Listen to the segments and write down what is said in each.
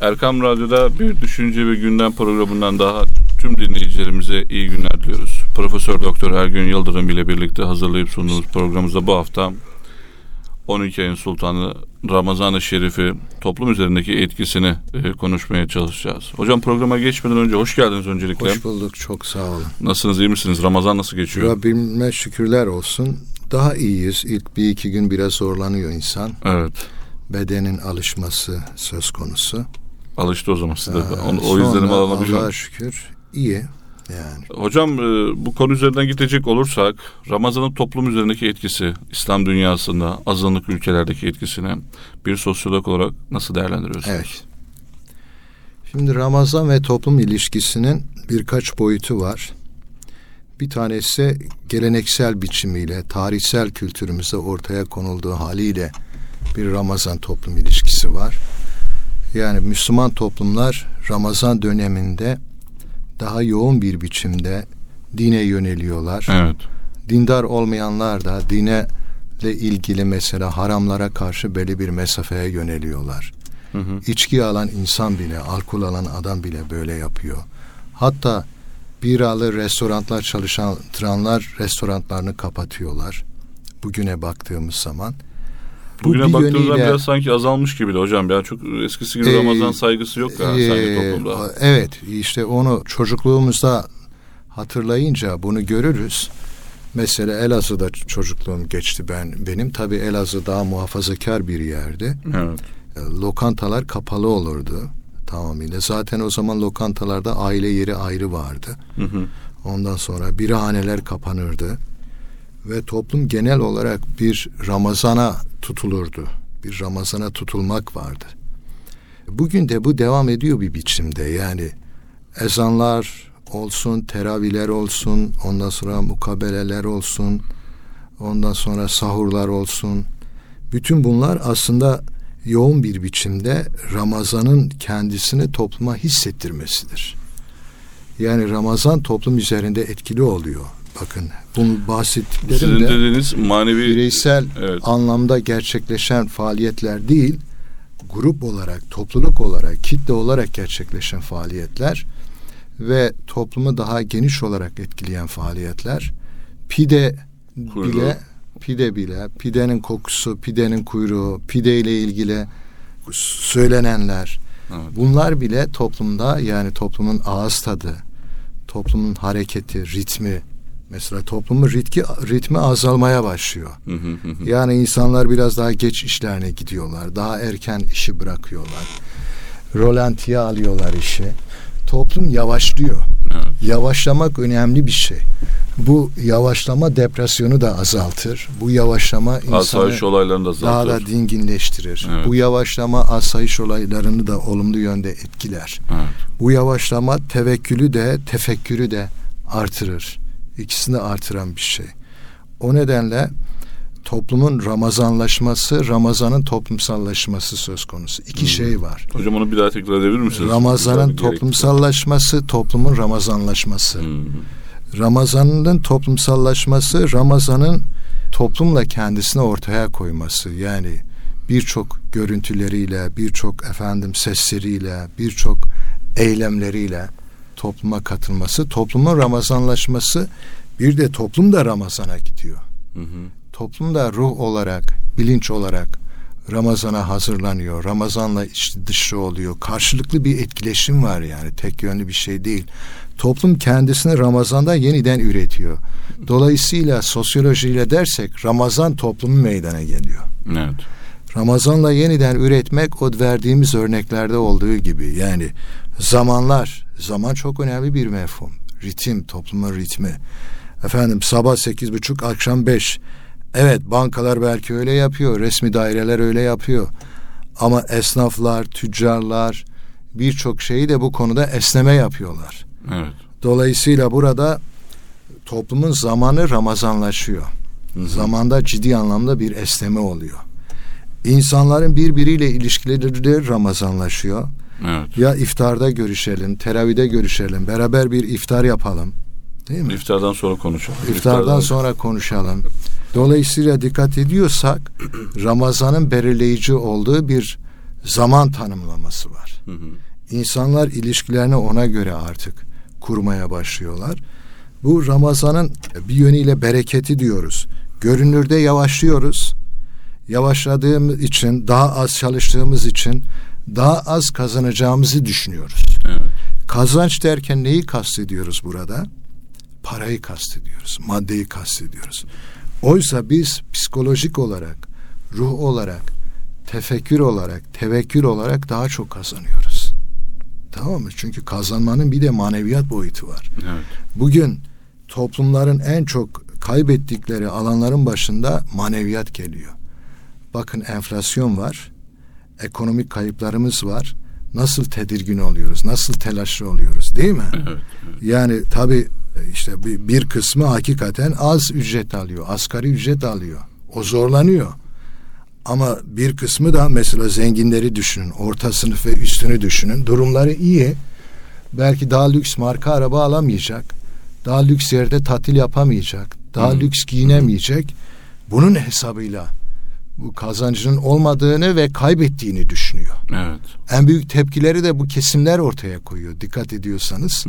Erkam Radyo'da bir düşünce ve gündem programından daha tüm dinleyicilerimize iyi günler diliyoruz. Profesör Doktor Ergün Yıldırım ile birlikte hazırlayıp sunduğumuz programımızda bu hafta 12 ayın sultanı Ramazan-ı Şerif'i toplum üzerindeki etkisini konuşmaya çalışacağız. Hocam programa geçmeden önce hoş geldiniz öncelikle. Hoş bulduk, çok sağ olun. Nasılsınız, iyi misiniz? Ramazan nasıl geçiyor? Rabbime şükürler olsun. Daha iyiyiz. İlk bir iki gün biraz zorlanıyor insan. Evet. Bedenin alışması söz konusu. Alıştı o zaman size. O izlenimi alabiliyor. Allah'a şükür iyi. Yani. Hocam bu konu üzerinden gidecek olursak Ramazan'ın toplum üzerindeki etkisi, İslam dünyasında azınlık ülkelerdeki etkisini bir sosyolog olarak nasıl değerlendiriyorsunuz? Evet. Şimdi Ramazan ve toplum ilişkisinin birkaç boyutu var. Bir tanesi geleneksel biçimiyle, tarihsel kültürümüzde ortaya konulduğu haliyle bir Ramazan toplum ilişkisi var. Yani Müslüman toplumlar Ramazan döneminde daha yoğun bir biçimde dine yöneliyorlar. Evet. Dindar olmayanlar da dine ile ilgili mesela haramlara karşı belli bir mesafeye yöneliyorlar. İçki alan insan bile, alkol alan adam bile böyle yapıyor. Hatta biralı restoranlar çalıştıranlar restoranlarını kapatıyorlar. Bugüne baktığımız zaman. Bugüne baktığımızda biraz sanki azalmış gibi de hocam. Ya çok eskisi gibi Ramazan saygısı yok ya sanki toplumda. Evet, işte onu çocukluğumuzda hatırlayınca bunu görürüz. Mesela Elazığ'da çocukluğum geçti benim. Tabii Elazığ daha muhafazakar bir yerdi. Evet. Lokantalar kapalı olurdu tamamıyla. Zaten o zaman lokantalarda aile yeri ayrı vardı. Ondan sonra birahaneler kapanırdı. Ve toplum genel olarak bir Ramazan'a tutulurdu. Bir Ramazan'a tutulmak vardı. Bugün de bu devam ediyor bir biçimde. Yani ezanlar olsun, teravihler olsun, ondan sonra mukabeleler olsun, ondan sonra sahurlar olsun. Bütün bunlar aslında yoğun bir biçimde Ramazan'ın kendisini topluma hissettirmesidir. Yani Ramazan toplum üzerinde etkili oluyor. Bakın bunu bahsettiklerim sizin de dediğiniz manevi bireysel anlamda gerçekleşen faaliyetler değil, grup olarak, topluluk olarak, kitle olarak gerçekleşen faaliyetler ve toplumu daha geniş olarak etkileyen faaliyetler. Pidenin kokusu, pidenin kuyruğu, pide ile ilgili söylenenler, bunlar bile toplumda, yani toplumun ağız tadı, toplumun hareketi, ritmi, mesela toplumun ritmi azalmaya başlıyor. Yani insanlar biraz daha geç işlerine gidiyorlar. Daha erken işi bırakıyorlar. Rolantiye alıyorlar işi. Toplum yavaşlıyor. Evet. Yavaşlamak önemli bir şey. Bu yavaşlama depresyonu da azaltır. Bu yavaşlama asayiş olaylarını da azaltır. Daha da dinginleştirir. Evet. Bu yavaşlama asayiş olaylarını da olumlu yönde etkiler. Evet. Bu yavaşlama tevekkülü de tefekkürü de artırır. İkisini artıran bir şey. O nedenle toplumun Ramazanlaşması, Ramazan'ın toplumsallaşması söz konusu. İki şey var. Hocam onu bir daha tekrar edebilir misiniz? Ramazan'ın toplumsallaşması, toplumun Ramazanlaşması. Ramazan'ın toplumsallaşması, Ramazan'ın toplumla kendisini ortaya koyması. Yani birçok görüntüleriyle, birçok sesleriyle, birçok eylemleriyle topluma katılması, toplumun Ramazanlaşması, bir de toplum da Ramazan'a gidiyor. Toplum da ruh olarak, bilinç olarak Ramazan'a hazırlanıyor. Ramazan'la içli dışlı oluyor. Karşılıklı bir etkileşim var, yani tek yönlü bir şey değil. Toplum kendisini Ramazan'da yeniden üretiyor. Dolayısıyla sosyolojiyle dersek Ramazan toplumu meydana geliyor. Evet. Ramazan'la yeniden üretmek o verdiğimiz örneklerde olduğu gibi, yani zaman çok önemli bir mefhum. Ritim, toplumun ritmi. Sabah 8:30, akşam 5. Evet, bankalar belki öyle yapıyor, resmi daireler öyle yapıyor. Ama esnaflar, tüccarlar birçok şeyi de bu konuda esneme yapıyorlar. Evet. Dolayısıyla burada toplumun zamanı Ramazanlaşıyor. Zamanda ciddi anlamda bir esneme oluyor. İnsanların birbiriyle ilişkileri Ramazanlaşıyor. Evet. Ya iftarda görüşelim, teravide görüşelim, beraber bir iftar yapalım. Değil mi? İftardan sonra konuşalım. İftardan sonra konuşalım. Dolayısıyla dikkat ediyorsak Ramazan'ın belirleyici olduğu bir zaman tanımlaması var. İnsanlar ilişkilerini ona göre artık kurmaya başlıyorlar. Bu Ramazan'ın bir yönüyle bereketi diyoruz. Görünürde yavaşlıyoruz. Yavaşladığımız için, daha az çalıştığımız için daha az kazanacağımızı düşünüyoruz. Evet. Kazanç derken neyi kastediyoruz burada? Parayı kastediyoruz, maddeyi kastediyoruz. Oysa biz psikolojik olarak, ruh olarak, tefekkür olarak, tevekkül olarak daha çok kazanıyoruz. Tamam mı? Çünkü kazanmanın bir de maneviyat boyutu var. Evet. Bugün toplumların en çok kaybettikleri alanların başında maneviyat geliyor. Bakın enflasyon var, ekonomik kayıplarımız var. Nasıl tedirgin oluyoruz, nasıl telaşlı oluyoruz, değil mi? Evet. Yani tabii işte bir kısmı hakikaten az ücret alıyor, asgari ücret alıyor. O zorlanıyor. Ama bir kısmı da mesela zenginleri düşünün, orta sınıf ve üstünü düşünün. Durumları iyi. Belki daha lüks marka araba alamayacak. Daha lüks yerde tatil yapamayacak. Daha lüks giyinemeyecek. Bunun hesabıyla bu kazancının olmadığını ve kaybettiğini düşünüyor. Evet. En büyük tepkileri de bu kesimler ortaya koyuyor. Dikkat ediyorsanız.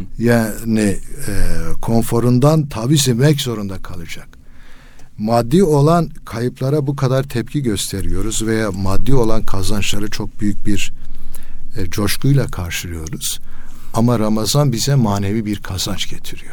Yani konforundan taviz vermek zorunda kalacak. Maddi olan kayıplara bu kadar tepki gösteriyoruz veya maddi olan kazançları çok büyük bir coşkuyla karşılıyoruz. Ama Ramazan bize manevi bir kazanç getiriyor.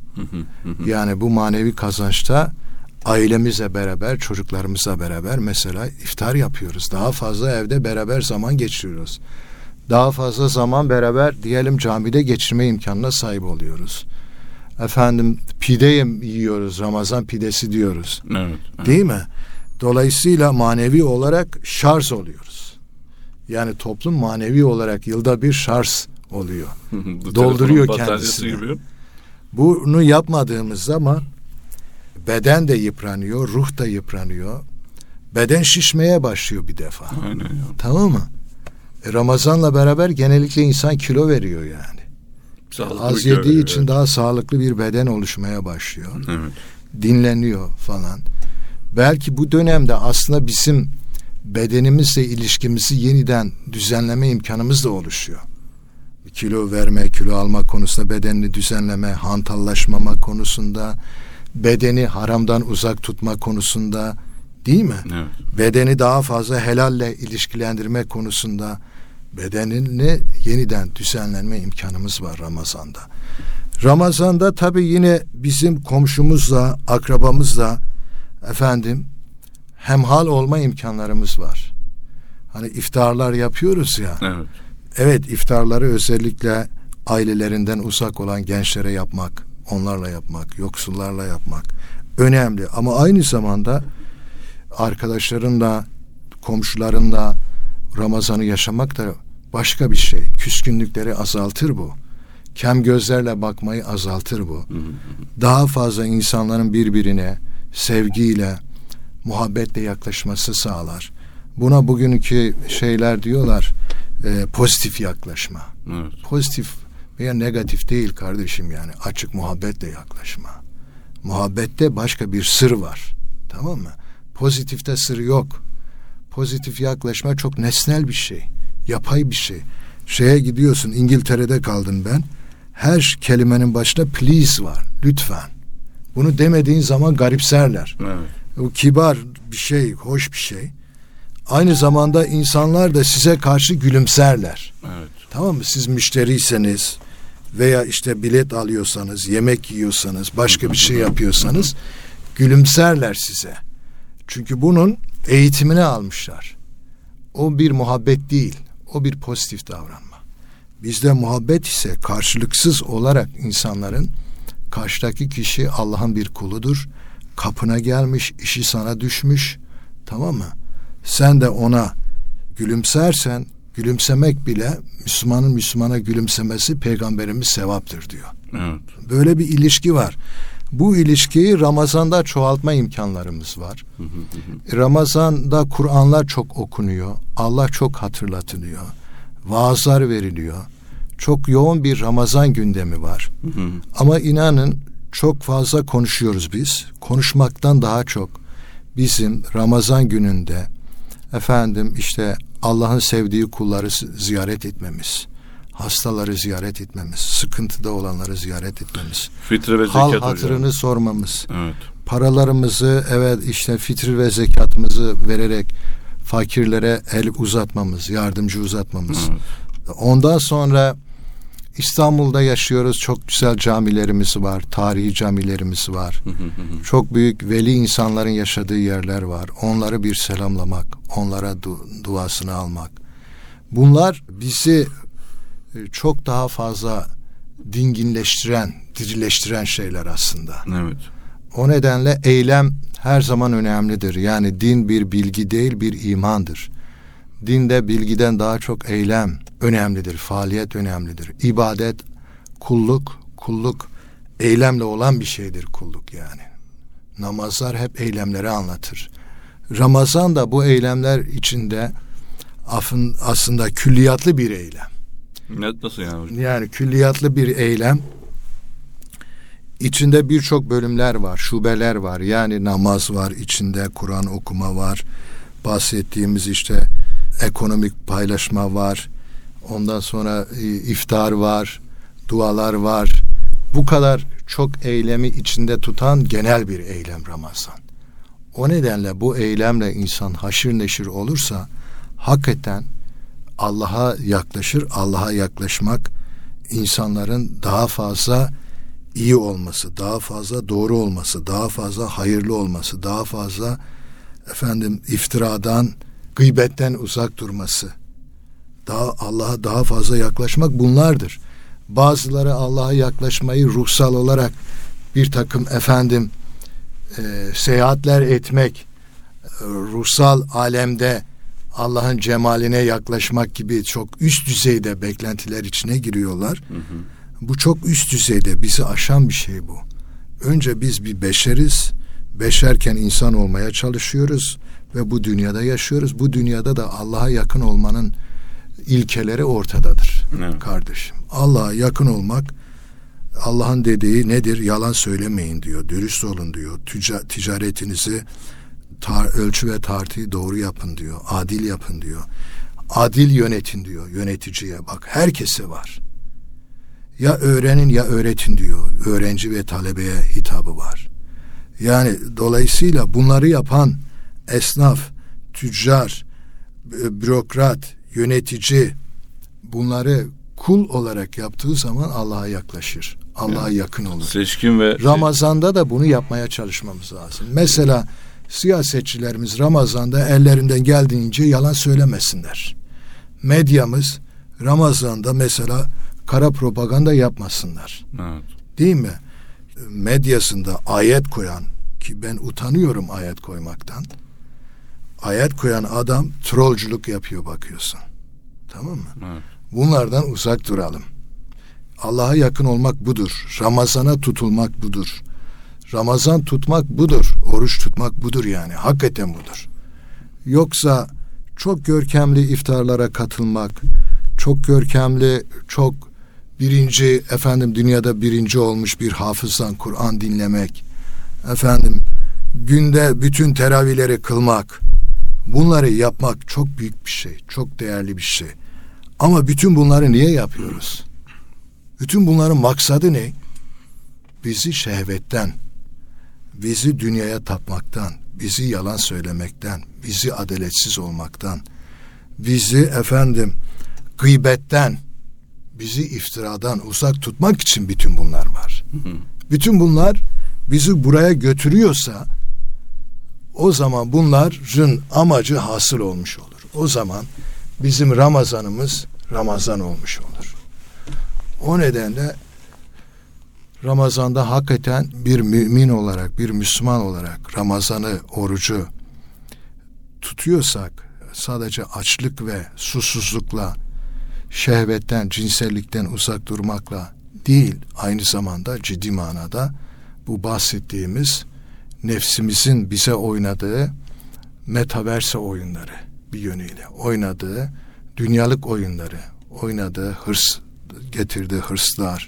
Yani bu manevi kazançta ailemizle beraber, çocuklarımızla beraber mesela iftar yapıyoruz. Daha fazla evde beraber zaman geçiriyoruz. Daha fazla zaman beraber diyelim camide geçirme imkanına sahip oluyoruz. Efendim pide yiyoruz, Ramazan pidesi diyoruz. Evet. Değil mi? Dolayısıyla manevi olarak şarj oluyoruz. Yani toplum manevi olarak yılda bir şarj oluyor. Dolduruyor kendisini. Gibi. Bunu yapmadığımız zaman beden de yıpranıyor, ruh da yıpranıyor. Beden şişmeye başlıyor bir defa. Aynen. Tamam mı? Ramazanla beraber genellikle insan kilo veriyor yani. Sağlıklı az yediği için daha sağlıklı bir beden oluşmaya başlıyor. Evet. Dinleniyor falan. Belki bu dönemde aslında bizim bedenimizle ilişkimizi yeniden düzenleme imkanımız da oluşuyor. Kilo verme, kilo alma konusunda, bedenini düzenleme, hantallaşmama konusunda, bedeni haramdan uzak tutma konusunda, değil mi? Evet. Bedeni daha fazla helalle ilişkilendirme konusunda, bedenini yeniden düzenlenme imkanımız var Ramazan'da. Ramazan'da tabii yine bizim komşumuzla, akrabamızla hemhal olma imkanlarımız var. Hani iftarlar yapıyoruz ya. Evet. Evet, iftarları özellikle ailelerinden uzak olan gençlere yapmak, onlarla yapmak, yoksullarla yapmak önemli. Ama aynı zamanda arkadaşlarınla, komşularınla Ramazan'ı yaşamak da başka bir şey. Küskünlükleri azaltır bu. Kem gözlerle bakmayı azaltır bu. Daha fazla insanların birbirine sevgiyle, muhabbetle yaklaşması sağlar. Buna bugünkü şeyler diyorlar, pozitif yaklaşma. Evet. Pozitif veya negatif değil kardeşim, yani açık muhabbetle yaklaşma. Muhabbette başka bir sır var. Tamam mı? Pozitifte sır yok. Pozitif yaklaşma çok nesnel bir şey. Yapay bir şey. Şeye gidiyorsun, İngiltere'de kaldım ben. Her kelimenin başında please var. Lütfen. Bunu demediğin zaman garipserler. Evet. O kibar bir şey, hoş bir şey. Aynı zamanda insanlar da size karşı gülümserler. Evet. Tamam mı? Siz müşteriyseniz veya işte bilet alıyorsanız, yemek yiyorsanız, başka bir şey yapıyorsanız gülümserler size. Çünkü bunun eğitimini almışlar. O bir muhabbet değil. O bir pozitif davranma. Bizde muhabbet ise karşılıksız olarak insanların, karşıdaki kişi Allah'ın bir kuludur. Kapına gelmiş, işi sana düşmüş. Tamam mı? Sen de ona gülümsersen, gülümsemek bile Müslümanın Müslümana gülümsemesi peygamberimiz sevaptır diyor. Evet. Böyle bir ilişki var. Bu ilişkiyi Ramazan'da çoğaltma imkanlarımız var. Ramazan'da Kur'anlar çok okunuyor. Allah çok hatırlatılıyor. Vaazlar veriliyor. Çok yoğun bir Ramazan gündemi var. Ama inanın çok fazla konuşuyoruz biz. Konuşmaktan daha çok bizim Ramazan gününde işte Allah'ın sevdiği kulları ziyaret etmemiz, hastaları ziyaret etmemiz, sıkıntıda olanları ziyaret etmemiz, fitre ve hal zekat hatırını hocam sormamız, evet. Paralarımızı işte fitri ve zekatımızı vererek fakirlere el uzatmamız, yardımcı uzatmamız. Evet. Ondan sonra İstanbul'da yaşıyoruz. Çok güzel camilerimiz var. Tarihi camilerimiz var. Çok büyük veli insanların yaşadığı yerler var. Onları bir selamlamak, onlara duasını almak. Bunlar bizi çok daha fazla dinginleştiren, dirileştiren şeyler aslında. Evet. O nedenle eylem her zaman önemlidir. Yani din bir bilgi değil, bir imandır. Dinde bilgiden daha çok eylem önemlidir, faaliyet önemlidir. İbadet, kulluk eylemle olan bir şeydir kulluk yani. Namazlar hep eylemleri anlatır. Ramazan da bu eylemler içinde aslında külliyatlı bir eylem. Nasıl yani hocam? Yani külliyatlı bir eylem. İçinde birçok bölümler var, şubeler var. Yani namaz var, içinde Kur'an okuma var. Bahsettiğimiz işte ekonomik paylaşma var. Ondan sonra iftar var, dualar var. Bu kadar çok eylemi içinde tutan genel bir eylem Ramazan. O nedenle bu eylemle insan haşır neşir olursa hakikaten Allah'a yaklaşır. Allah'a yaklaşmak insanların daha fazla iyi olması, daha fazla doğru olması, daha fazla hayırlı olması, daha fazla iftiradan, gıybetten uzak durması, Allah'a daha fazla yaklaşmak bunlardır. Bazıları Allah'a yaklaşmayı ruhsal olarak bir takım seyahatler etmek, ruhsal alemde Allah'ın cemaline yaklaşmak gibi çok üst düzeyde beklentiler içine giriyorlar. Bu çok üst düzeyde, bizi aşan bir şey bu. Önce biz bir beşeriz. Beşerken insan olmaya çalışıyoruz ve bu dünyada yaşıyoruz. Bu dünyada da Allah'a yakın olmanın ilkeleri ortadadır. Evet. Kardeşim. Allah'a yakın olmak, Allah'ın dediği nedir? Yalan söylemeyin diyor. Dürüst olun diyor. Ticaretinizi ölçü ve tartıyı doğru yapın diyor. Adil yapın diyor. Adil yönetin diyor. Yöneticiye bak. Herkese var. Ya öğrenin ya öğretin diyor. Öğrenci ve talebeye hitabı var. Yani dolayısıyla bunları yapan esnaf, tüccar, bürokrat, yönetici bunları kul olarak yaptığı zaman Allah'a yaklaşır. Allah'a yakın olur. Seçkin ve Ramazan'da da bunu yapmaya çalışmamız lazım. Mesela siyasetçilerimiz Ramazan'da ellerinden geldiğince yalan söylemesinler. Medyamız Ramazan'da mesela kara propaganda yapmasınlar. Evet. Değil mi? Medyasında ayet koyan, ki ben utanıyorum ayet koymaktan. Ayet koyan adam trollculuk yapıyor bakıyorsun. Tamam mı? Evet. Bunlardan uzak duralım. Allah'a yakın olmak budur. Ramazana tutulmak budur. Ramazan tutmak budur. Oruç tutmak budur yani. Hakikaten budur. Yoksa çok görkemli iftarlara katılmak, çok görkemli, çok dünyada birinci olmuş bir hafızdan Kur'an dinlemek, günde bütün teravihleri kılmak, bunları yapmak çok büyük bir şey, çok değerli bir şey. Ama bütün bunları niye yapıyoruz? Bütün bunların maksadı ne? Bizi şehvetten, bizi dünyaya tapmaktan, bizi yalan söylemekten, bizi adaletsiz olmaktan, bizi gıybetten, bizi iftiradan uzak tutmak için bütün bunlar var. Bütün bunlar bizi buraya götürüyorsa o zaman bunların amacı hasıl olmuş olur. O zaman bizim Ramazanımız Ramazan olmuş olur. O nedenle Ramazan'da hakikaten bir mümin olarak, bir Müslüman olarak Ramazan'ı, orucu tutuyorsak sadece açlık ve susuzlukla, şehvetten, cinsellikten uzak durmakla değil, aynı zamanda ciddi manada bu bahsettiğimiz nefsimizin bize oynadığı metaverse oyunları bir yönüyle oynadığı dünyalık oyunları, oynadığı getirdiği hırslar,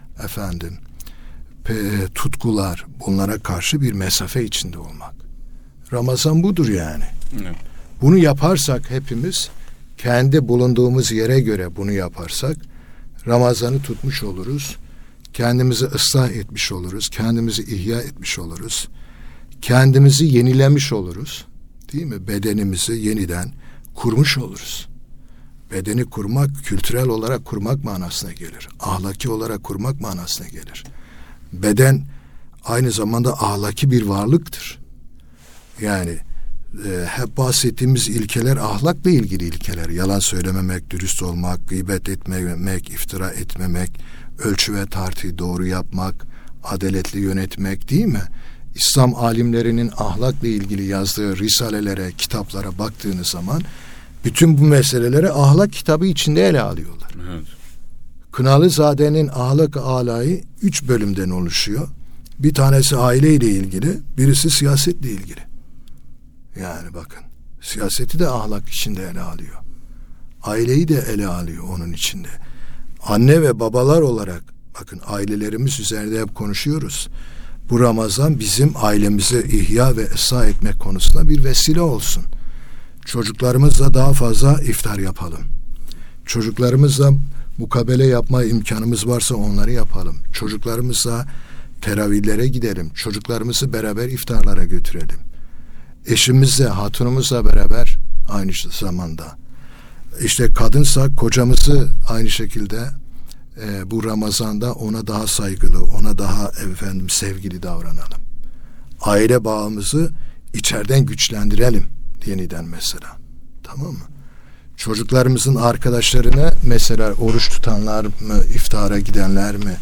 tutkular, bunlara karşı bir mesafe içinde olmak. Ramazan budur yani. Evet. Bunu yaparsak hepimiz kendi bulunduğumuz yere göre bunu yaparsak Ramazan'ı tutmuş oluruz. Kendimizi ıslah etmiş oluruz. Kendimizi ihya etmiş oluruz. Kendimizi yenilemiş oluruz. Değil mi? Bedenimizi yeniden kurmuş oluruz. Bedeni kurmak, kültürel olarak kurmak manasına gelir. Ahlaki olarak kurmak manasına gelir. Beden aynı zamanda ahlaki bir varlıktır. Yani hep bahsettiğimiz ilkeler ahlakla ilgili ilkeler. Yalan söylememek, dürüst olmak, gıybet etmemek, iftira etmemek, ölçü ve tartıyı doğru yapmak, adaletli yönetmek, değil mi? İslam alimlerinin ahlakla ilgili yazdığı risalelere, kitaplara baktığınız zaman bütün bu meseleleri ahlak kitabı içinde ele alıyorlar. Evet. Kınalızade'nin Ahlak-ı Alâ'yı 3 bölümden oluşuyor. Bir tanesi aileyle ilgili, birisi siyasetle ilgili. Yani bakın, siyaseti de ahlak içinde ele alıyor. Aileyi de ele alıyor onun içinde. Anne ve babalar olarak, bakın ailelerimiz üzerinde hep konuşuyoruz. Bu Ramazan bizim ailemizi ihya ve ıslah etmek konusunda bir vesile olsun. Çocuklarımızla daha fazla iftar yapalım. Çocuklarımızla mukabele yapma imkanımız varsa onları yapalım. Çocuklarımızla teravihlere gidelim. Çocuklarımızı beraber iftarlara götürelim. Eşimizle, hatunumuzla beraber aynı zamanda. İşte kadınsa kocamızı aynı şekilde bu Ramazan'da ona daha saygılı, ona daha sevgili davranalım. Aile bağımızı içeriden güçlendirelim yeniden mesela. Tamam mı? Çocuklarımızın arkadaşlarına mesela oruç tutanlar mı, iftara gidenler mi,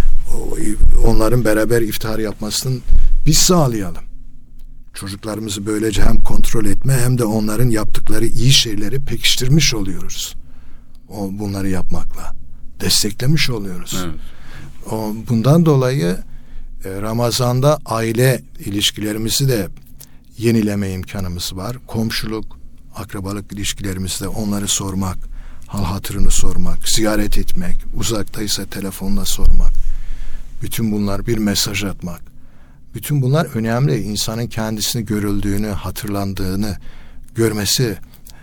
onların beraber iftar yapmasını biz sağlayalım. Çocuklarımızı böylece hem kontrol etme hem de onların yaptıkları iyi şeyleri pekiştirmiş oluyoruz. Bunları yapmakla desteklemiş oluyoruz. Evet. Bundan dolayı Ramazan'da aile ilişkilerimizi de yenileme imkanımız var. Komşuluk, akrabalık ilişkilerimizde onları sormak, hal hatırını sormak, ziyaret etmek, uzaktaysa telefonla sormak. Bütün bunlar, bir mesaj atmak. Bütün bunlar önemli. İnsanın kendisini görüldüğünü, hatırlandığını görmesi,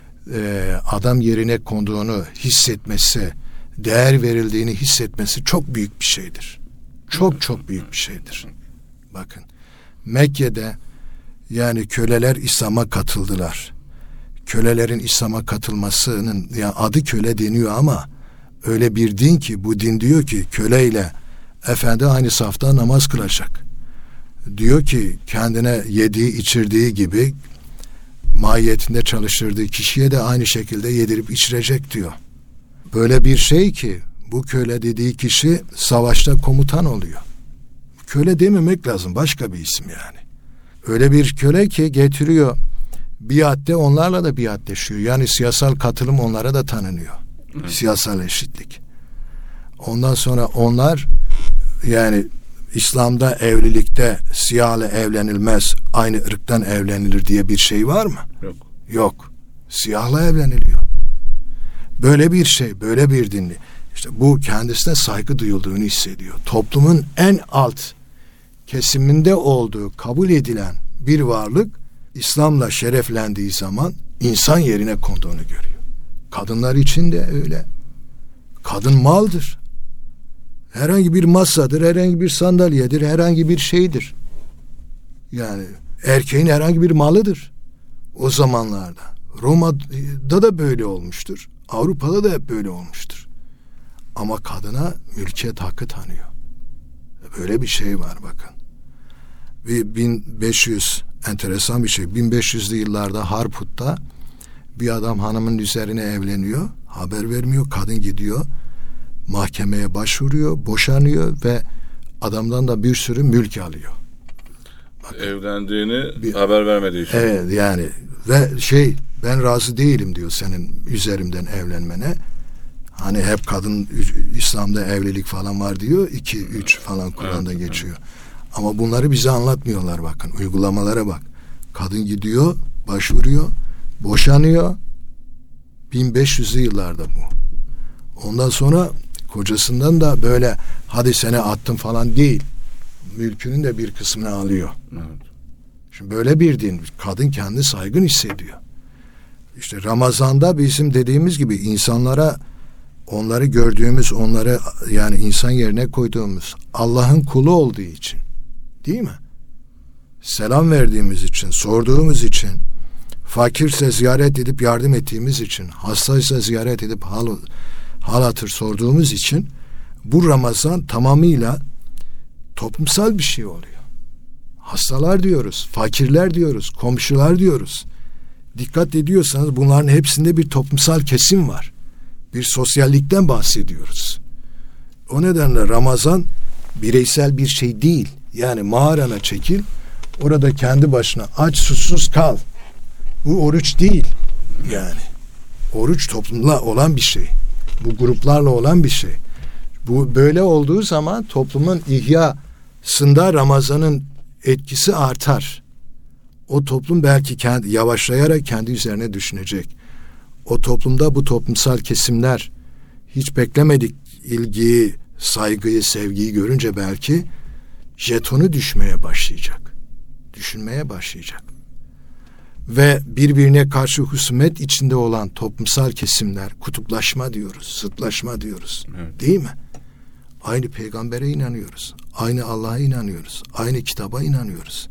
adam yerine konduğunu hissetmesi, değer verildiğini hissetmesi çok büyük bir şeydir. Çok çok büyük bir şeydir. Bakın, Mekke'de yani köleler İslam'a katıldılar. Kölelerin İslam'a katılmasının, yani adı köle deniyor ama öyle bir din ki, bu din diyor ki köleyle efendi aynı safta namaz kılacak. Diyor ki kendine yediği içirdiği gibi mahiyetinde çalıştırdığı kişiye de aynı şekilde yedirip içirecek diyor. Böyle bir şey ki bu köle dediği kişi savaşta komutan oluyor. Köle dememek lazım, başka bir isim yani. Öyle bir köle ki getiriyor biatte, onlarla da biatleşiyor. Yani siyasal katılım onlara da tanınıyor. Evet. Siyasal eşitlik. Ondan sonra onlar yani İslam'da evlilikte siyahla evlenilmez, aynı ırktan evlenilir diye bir şey var mı? Yok. Yok. Siyahla evleniliyor. Böyle bir şey, böyle bir dinli. İşte bu kendisine saygı duyulduğunu hissediyor. Toplumun en alt kesiminde olduğu kabul edilen bir varlık İslam'la şereflendiği zaman insan yerine konduğunu görüyor. Kadınlar için de öyle. Kadın maldır. Herhangi bir masadır, herhangi bir sandalyedir, herhangi bir şeydir. Yani erkeğin herhangi bir malıdır. O zamanlarda. Roma'da da böyle olmuştur. Avrupa'da da hep böyle olmuştur. Ama kadına mülkiyet hakkı tanıyor. Böyle bir şey var bakın. 1500 enteresan bir şey. 1500'lü yıllarda Harput'ta bir adam hanımın üzerine evleniyor. Haber vermiyor. Kadın gidiyor. Mahkemeye başvuruyor. Boşanıyor ve adamdan da bir sürü mülk alıyor. Bakın, evlendiğini haber vermediği için. Evet yani ve ben razı değilim diyor senin üzerimden evlenmene. Hani hep kadın İslam'da evlilik falan var diyor. 2-3 falan Kur'an'da geçiyor. Evet. Ama bunları bize anlatmıyorlar bakın. Uygulamalara bak. Kadın gidiyor, başvuruyor, boşanıyor. 1500'lü yıllarda bu. Ondan sonra kocasından da böyle hadi seni attım falan değil. Mülkünün de bir kısmını alıyor. Evet. Şimdi böyle bir din. Kadın kendi saygın hissediyor. İşte Ramazan'da bizim dediğimiz gibi insanlara, onları gördüğümüz, onları yani insan yerine koyduğumuz, Allah'ın kulu olduğu için, değil mi? Selam verdiğimiz için, sorduğumuz için, fakirse ziyaret edip yardım ettiğimiz için, hastaysa ziyaret edip hal hatır sorduğumuz için bu Ramazan tamamıyla toplumsal bir şey oluyor. Hastalar diyoruz, fakirler diyoruz, komşular diyoruz. Dikkat ediyorsanız bunların hepsinde bir toplumsal kesim var. Bir sosyallikten bahsediyoruz. O nedenle Ramazan bireysel bir şey değil. Yani mağarana çekil, orada kendi başına aç susuz kal. Bu oruç değil. Yani oruç toplumla olan bir şey. Bu gruplarla olan bir şey. Bu böyle olduğu zaman toplumun ihyasında Ramazan'ın etkisi artar. O toplum belki yavaşlayarak kendi üzerine düşünecek. O toplumda bu toplumsal kesimler hiç beklemedik ilgiyi, saygıyı, sevgiyi görünce belki jetonu düşmeye başlayacak. Düşünmeye başlayacak. Ve birbirine karşı husumet içinde olan toplumsal kesimler, kutuplaşma diyoruz, zıtlaşma diyoruz. Evet. Değil mi? Aynı peygambere inanıyoruz. Aynı Allah'a inanıyoruz. Aynı kitaba inanıyoruz.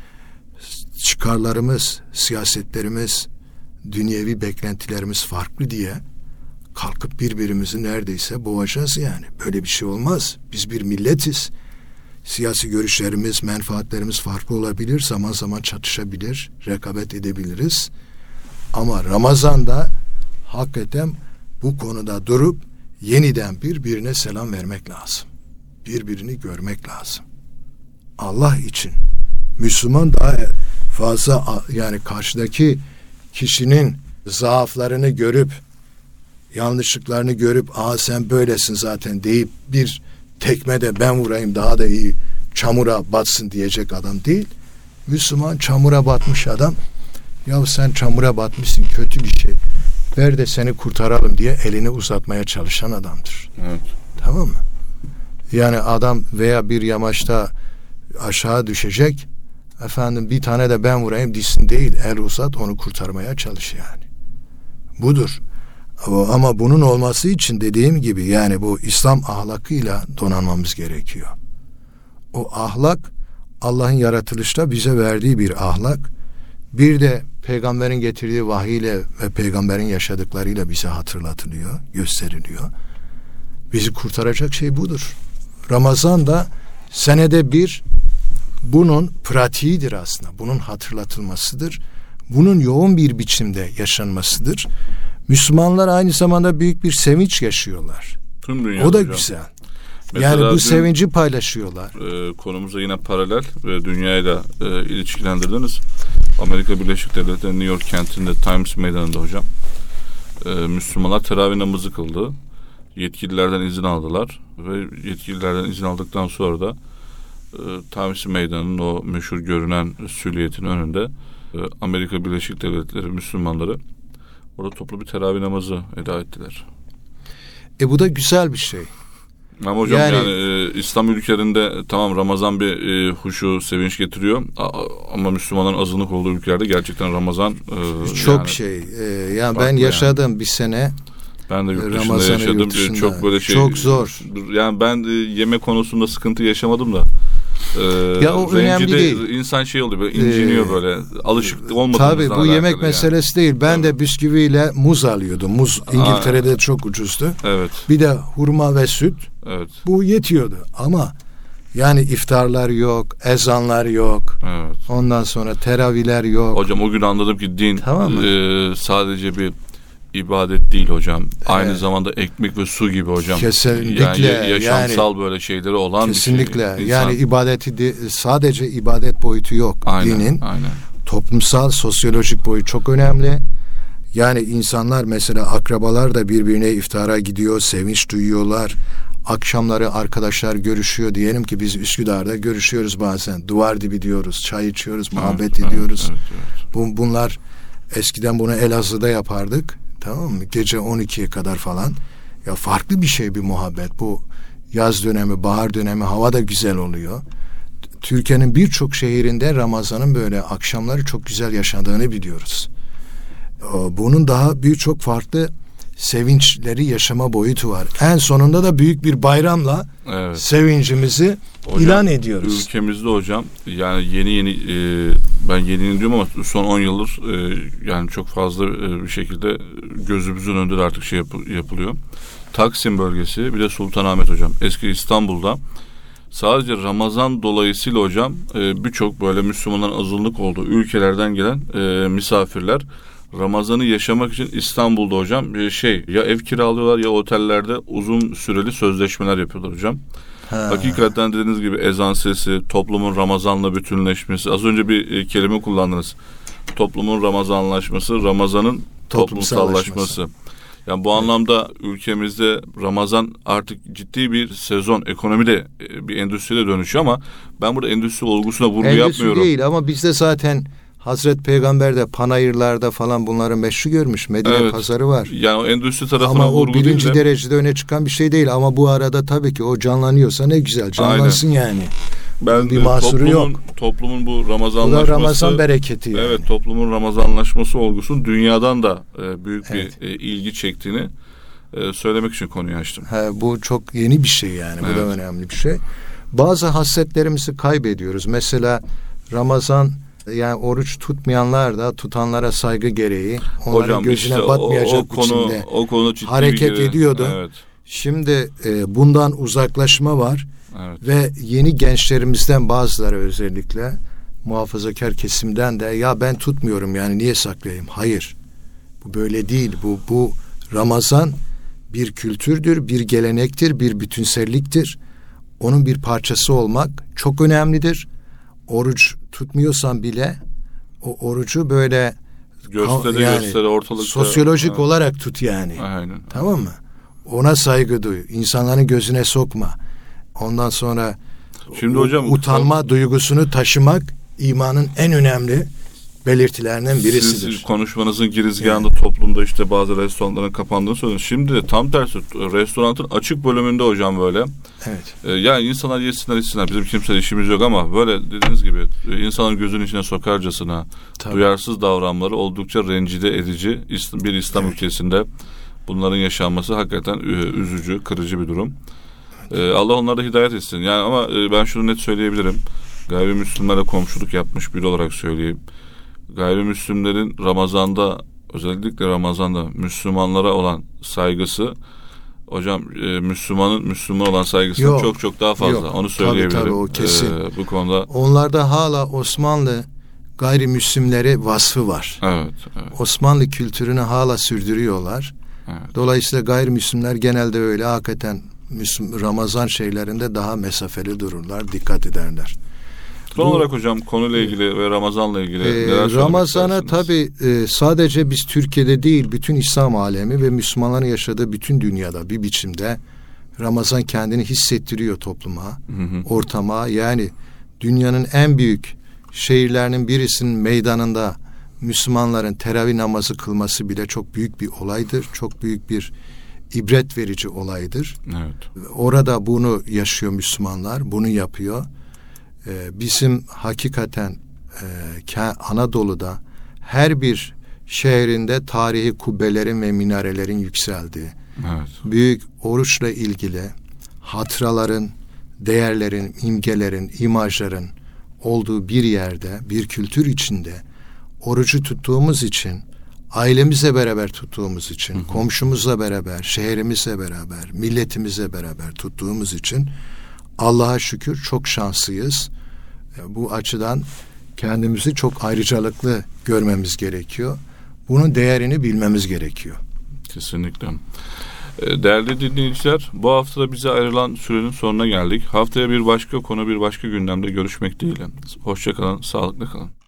Çıkarlarımız, siyasetlerimiz, dünyevi beklentilerimiz farklı diye kalkıp birbirimizi neredeyse boğacağız yani. Böyle bir şey olmaz. Biz bir milletiz. Siyasi görüşlerimiz, menfaatlerimiz farklı olabilir. Zaman zaman çatışabilir, rekabet edebiliriz. Ama Ramazan'da hakikaten bu konuda durup yeniden birbirine selam vermek lazım. Birbirini görmek lazım. Allah için. Müslüman daha fazla yani karşıdaki kişinin zaaflarını görüp, yanlışlıklarını görüp sen böylesin zaten deyip bir tekme de ben vurayım daha da iyi çamura batsın diyecek adam değil. Müslüman çamura batmış adam, ya sen çamura batmışsın, kötü bir şey, ver de seni kurtaralım diye elini uzatmaya çalışan adamdır. Evet. Tamam mı? Yani adam veya bir yamaçta aşağı düşecek, efendim bir tane de ben vurayım desin değil, el uzat onu kurtarmaya çalış yani. Budur. Ama bunun olması için dediğim gibi yani bu İslam ahlakıyla donanmamız gerekiyor. O ahlak Allah'ın yaratılışta bize verdiği bir ahlak. Bir de peygamberin getirdiği vahiyle ve peygamberin yaşadıklarıyla bize hatırlatılıyor, gösteriliyor. Bizi kurtaracak şey budur. Ramazan da senede bir bunun pratiğidir aslında. Bunun hatırlatılmasıdır. Bunun yoğun bir biçimde yaşanmasıdır. Müslümanlar aynı zamanda büyük bir sevinç yaşıyorlar. Tüm dünya o da hocam. güzel. Mesela yani bu sevinci paylaşıyorlar. Konumuza yine paralel ve dünyayla ilişkilendirdiniz. Amerika Birleşik Devletleri New York kentinde Times Meydanı'nda hocam Müslümanlar teravih namazı kıldı. Yetkililerden izin aldılar ve yetkililerden izin aldıktan sonra da Times Meydanı'nın o meşhur görünen sülliyetin önünde Amerika Birleşik Devletleri Müslümanları orada toplu bir teravih namazı eda ettiler. Bu da güzel bir şey. Ama hocam yani İslam ülkelerinde tamam Ramazan bir huşu, sevinç getiriyor ama Müslümanların azınlık olduğu ülkelerde gerçekten Ramazan çok yani ben yaşadım yani. Bir sene. Ben de yurt dışında yaşadım. Çok böyle çok zor. Yani ben yeme konusunda sıkıntı yaşamadım da. Ya o önemli değil. İnsan oluyor böyle inciniyor böyle alışık olmadığımızdan. Tabii bu yemek yani. Meselesi değil. Ben de bisküviyle muz alıyordum. Muz İngiltere'de çok ucuzdu. Evet. Bir de hurma ve süt. Evet. Bu yetiyordu ama yani iftarlar yok, ezanlar yok. Evet. Ondan sonra teravihler yok. Hocam o gün anladım ki din tamam sadece bir ibadet değil hocam. Aynı zamanda ekmek ve su gibi hocam. Kesinlikle. Yani yaşamsal böyle şeyleri olan kesinlikle. bir şey. Yani ibadeti sadece ibadet boyutu yok dinin. Aynen. Toplumsal, sosyolojik boyut çok önemli. Yani insanlar mesela akrabalar da birbirine iftara gidiyor, sevinç duyuyorlar. Akşamları arkadaşlar görüşüyor. Diyelim ki biz Üsküdar'da görüşüyoruz bazen. Duvar dibi diyoruz, çay içiyoruz, muhabbet ediyoruz. Evet. Bunlar eskiden bunu Elazığ'da yapardık. Tamam mı? Gece 12'ye kadar falan. Ya farklı bir şey bir muhabbet. Bu yaz dönemi, bahar dönemi hava da güzel oluyor. Türkiye'nin birçok şehrinde Ramazan'ın böyle akşamları çok güzel yaşadığını biliyoruz. Bunun daha birçok farklı sevinçleri yaşama boyutu var. En sonunda da büyük bir bayramla sevincimizi hocam, ilan ediyoruz. Ülkemizde hocam yani yeni ben yeni diyorum ama son 10 yıldır yani çok fazla bir şekilde gözümüzün önünde de artık yapılıyor. Taksim bölgesi bir de Sultanahmet hocam. Eski İstanbul'da sadece Ramazan dolayısıyla hocam birçok böyle Müslümanların azınlık olduğu ülkelerden gelen misafirler Ramazan'ı yaşamak için İstanbul'da hocam ya ev kiralıyorlar ya otellerde uzun süreli sözleşmeler yapıyorlar hocam. Hakikaten dediğiniz gibi ezan sesi, toplumun Ramazan'la bütünleşmesi. Az önce bir kelime kullandınız. Toplumun Ramazanlaşması, Ramazan'ın toplumsallaşması. Yani bu anlamda ülkemizde Ramazan artık ciddi bir sezon, ekonomide bir endüstriye dönüşüyor ama ben burada endüstri olgusuna vurgu yapmıyorum. Endüstri değil ama bizde zaten Hazreti Peygamber de panayırlarda falan bunları meşru görmüş. Medine pazarı var. Yani o endüstri tarafına vurgu değil de. Ama o birinci derecede öne çıkan bir şey değil. Ama bu arada tabii ki o canlanıyorsa ne güzel. Canlansın yani. Ben bir mahsuru yok. Toplumun bu Ramazanlaşması. Bu da Ramazan bereketi yani. Evet, toplumun Ramazanlaşması olgusunun dünyadan da büyük bir ilgi çektiğini söylemek için konuyu açtım. Bu çok yeni bir şey yani. Bu da önemli bir şey. Bazı hasletlerimizi kaybediyoruz. Mesela Ramazan yani oruç tutmayanlar da tutanlara saygı gereği onların hocam, gözüne işte batmayacak biçimde hareket ediyordu. Evet. Şimdi bundan uzaklaşma var. Evet. Ve yeni gençlerimizden bazıları özellikle muhafazakar kesimden de ya ben tutmuyorum yani niye saklayayım? Hayır. Bu böyle değil. Bu Ramazan bir kültürdür, bir gelenektir, bir bütünselliktir. Onun bir parçası olmak çok önemlidir. Oruç tutmuyorsan bile o orucu böyle gösteri ortalıkta sosyolojik olarak tut yani. Aynen. Tamam mı? Ona saygı duy. İnsanların gözüne sokma. Ondan sonra şimdi hocam utanma duygusunu taşımak imanın en önemli belirtilerinden birisidir. Siz konuşmanızın girizgahında toplumda işte bazı restoranların kapandığını söylediniz. Şimdi de tam tersi restoranın açık bölümünde hocam böyle. Evet. Yani insanlar yesinler içsinler. Bizim kimseyle işimiz yok ama böyle dediğiniz gibi insanın gözünün içine sokarcasına duyarsız davranmaları oldukça rencide edici bir İslam ülkesinde bunların yaşanması hakikaten üzücü, kırıcı bir durum. Allah onlara da hidayet etsin. Yani ama ben şunu net söyleyebilirim. Gayrimüslimlerle komşuluk yapmış biri olarak söyleyeyim. Gayrimüslimlerin Ramazan'da özellikle Ramazan'da Müslümanlara olan saygısı hocam Müslüman olan saygısından çok daha fazla. Yok, onu söyleyebilirim. Tabii o kesin. Bu konuda. Onlarda hala Osmanlı gayrimüslimleri vasfı var. Evet. Osmanlı kültürünü hala sürdürüyorlar. Evet. Dolayısıyla gayrimüslimler genelde öyle hakikaten Ramazan şeylerinde daha mesafeli dururlar, dikkat ederler. Son olarak hocam konuyla ilgili ve Ramazan'la ilgili neler söylemek Ramazan'a tabii sadece biz Türkiye'de değil, bütün İslam alemi ve Müslümanların yaşadığı bütün dünyada bir biçimde Ramazan kendini hissettiriyor topluma, ortama. Yani dünyanın en büyük şehirlerinin birisinin meydanında Müslümanların teravih namazı kılması bile çok büyük bir olaydır. Çok büyük bir ibret verici olaydır. Evet. Orada bunu yaşıyor Müslümanlar, bunu yapıyor. Bizim hakikaten Anadolu'da her bir şehrinde tarihi kubbelerin ve minarelerin yükseldiği, büyük oruçla ilgili hatıraların, değerlerin, imgelerin, imajların olduğu bir yerde, bir kültür içinde orucu tuttuğumuz için, ailemizle beraber tuttuğumuz için, komşumuzla beraber, şehrimizle beraber, milletimizle beraber tuttuğumuz için Allah'a şükür çok şanslıyız. Bu açıdan kendimizi çok ayrıcalıklı görmemiz gerekiyor. Bunun değerini bilmemiz gerekiyor. Kesinlikle. Değerli dinleyiciler, bu hafta da bize ayrılan sürenin sonuna geldik. Haftaya bir başka konu, bir başka gündemde görüşmek dileğiyle. Hoşça kalın, sağlıklı kalın.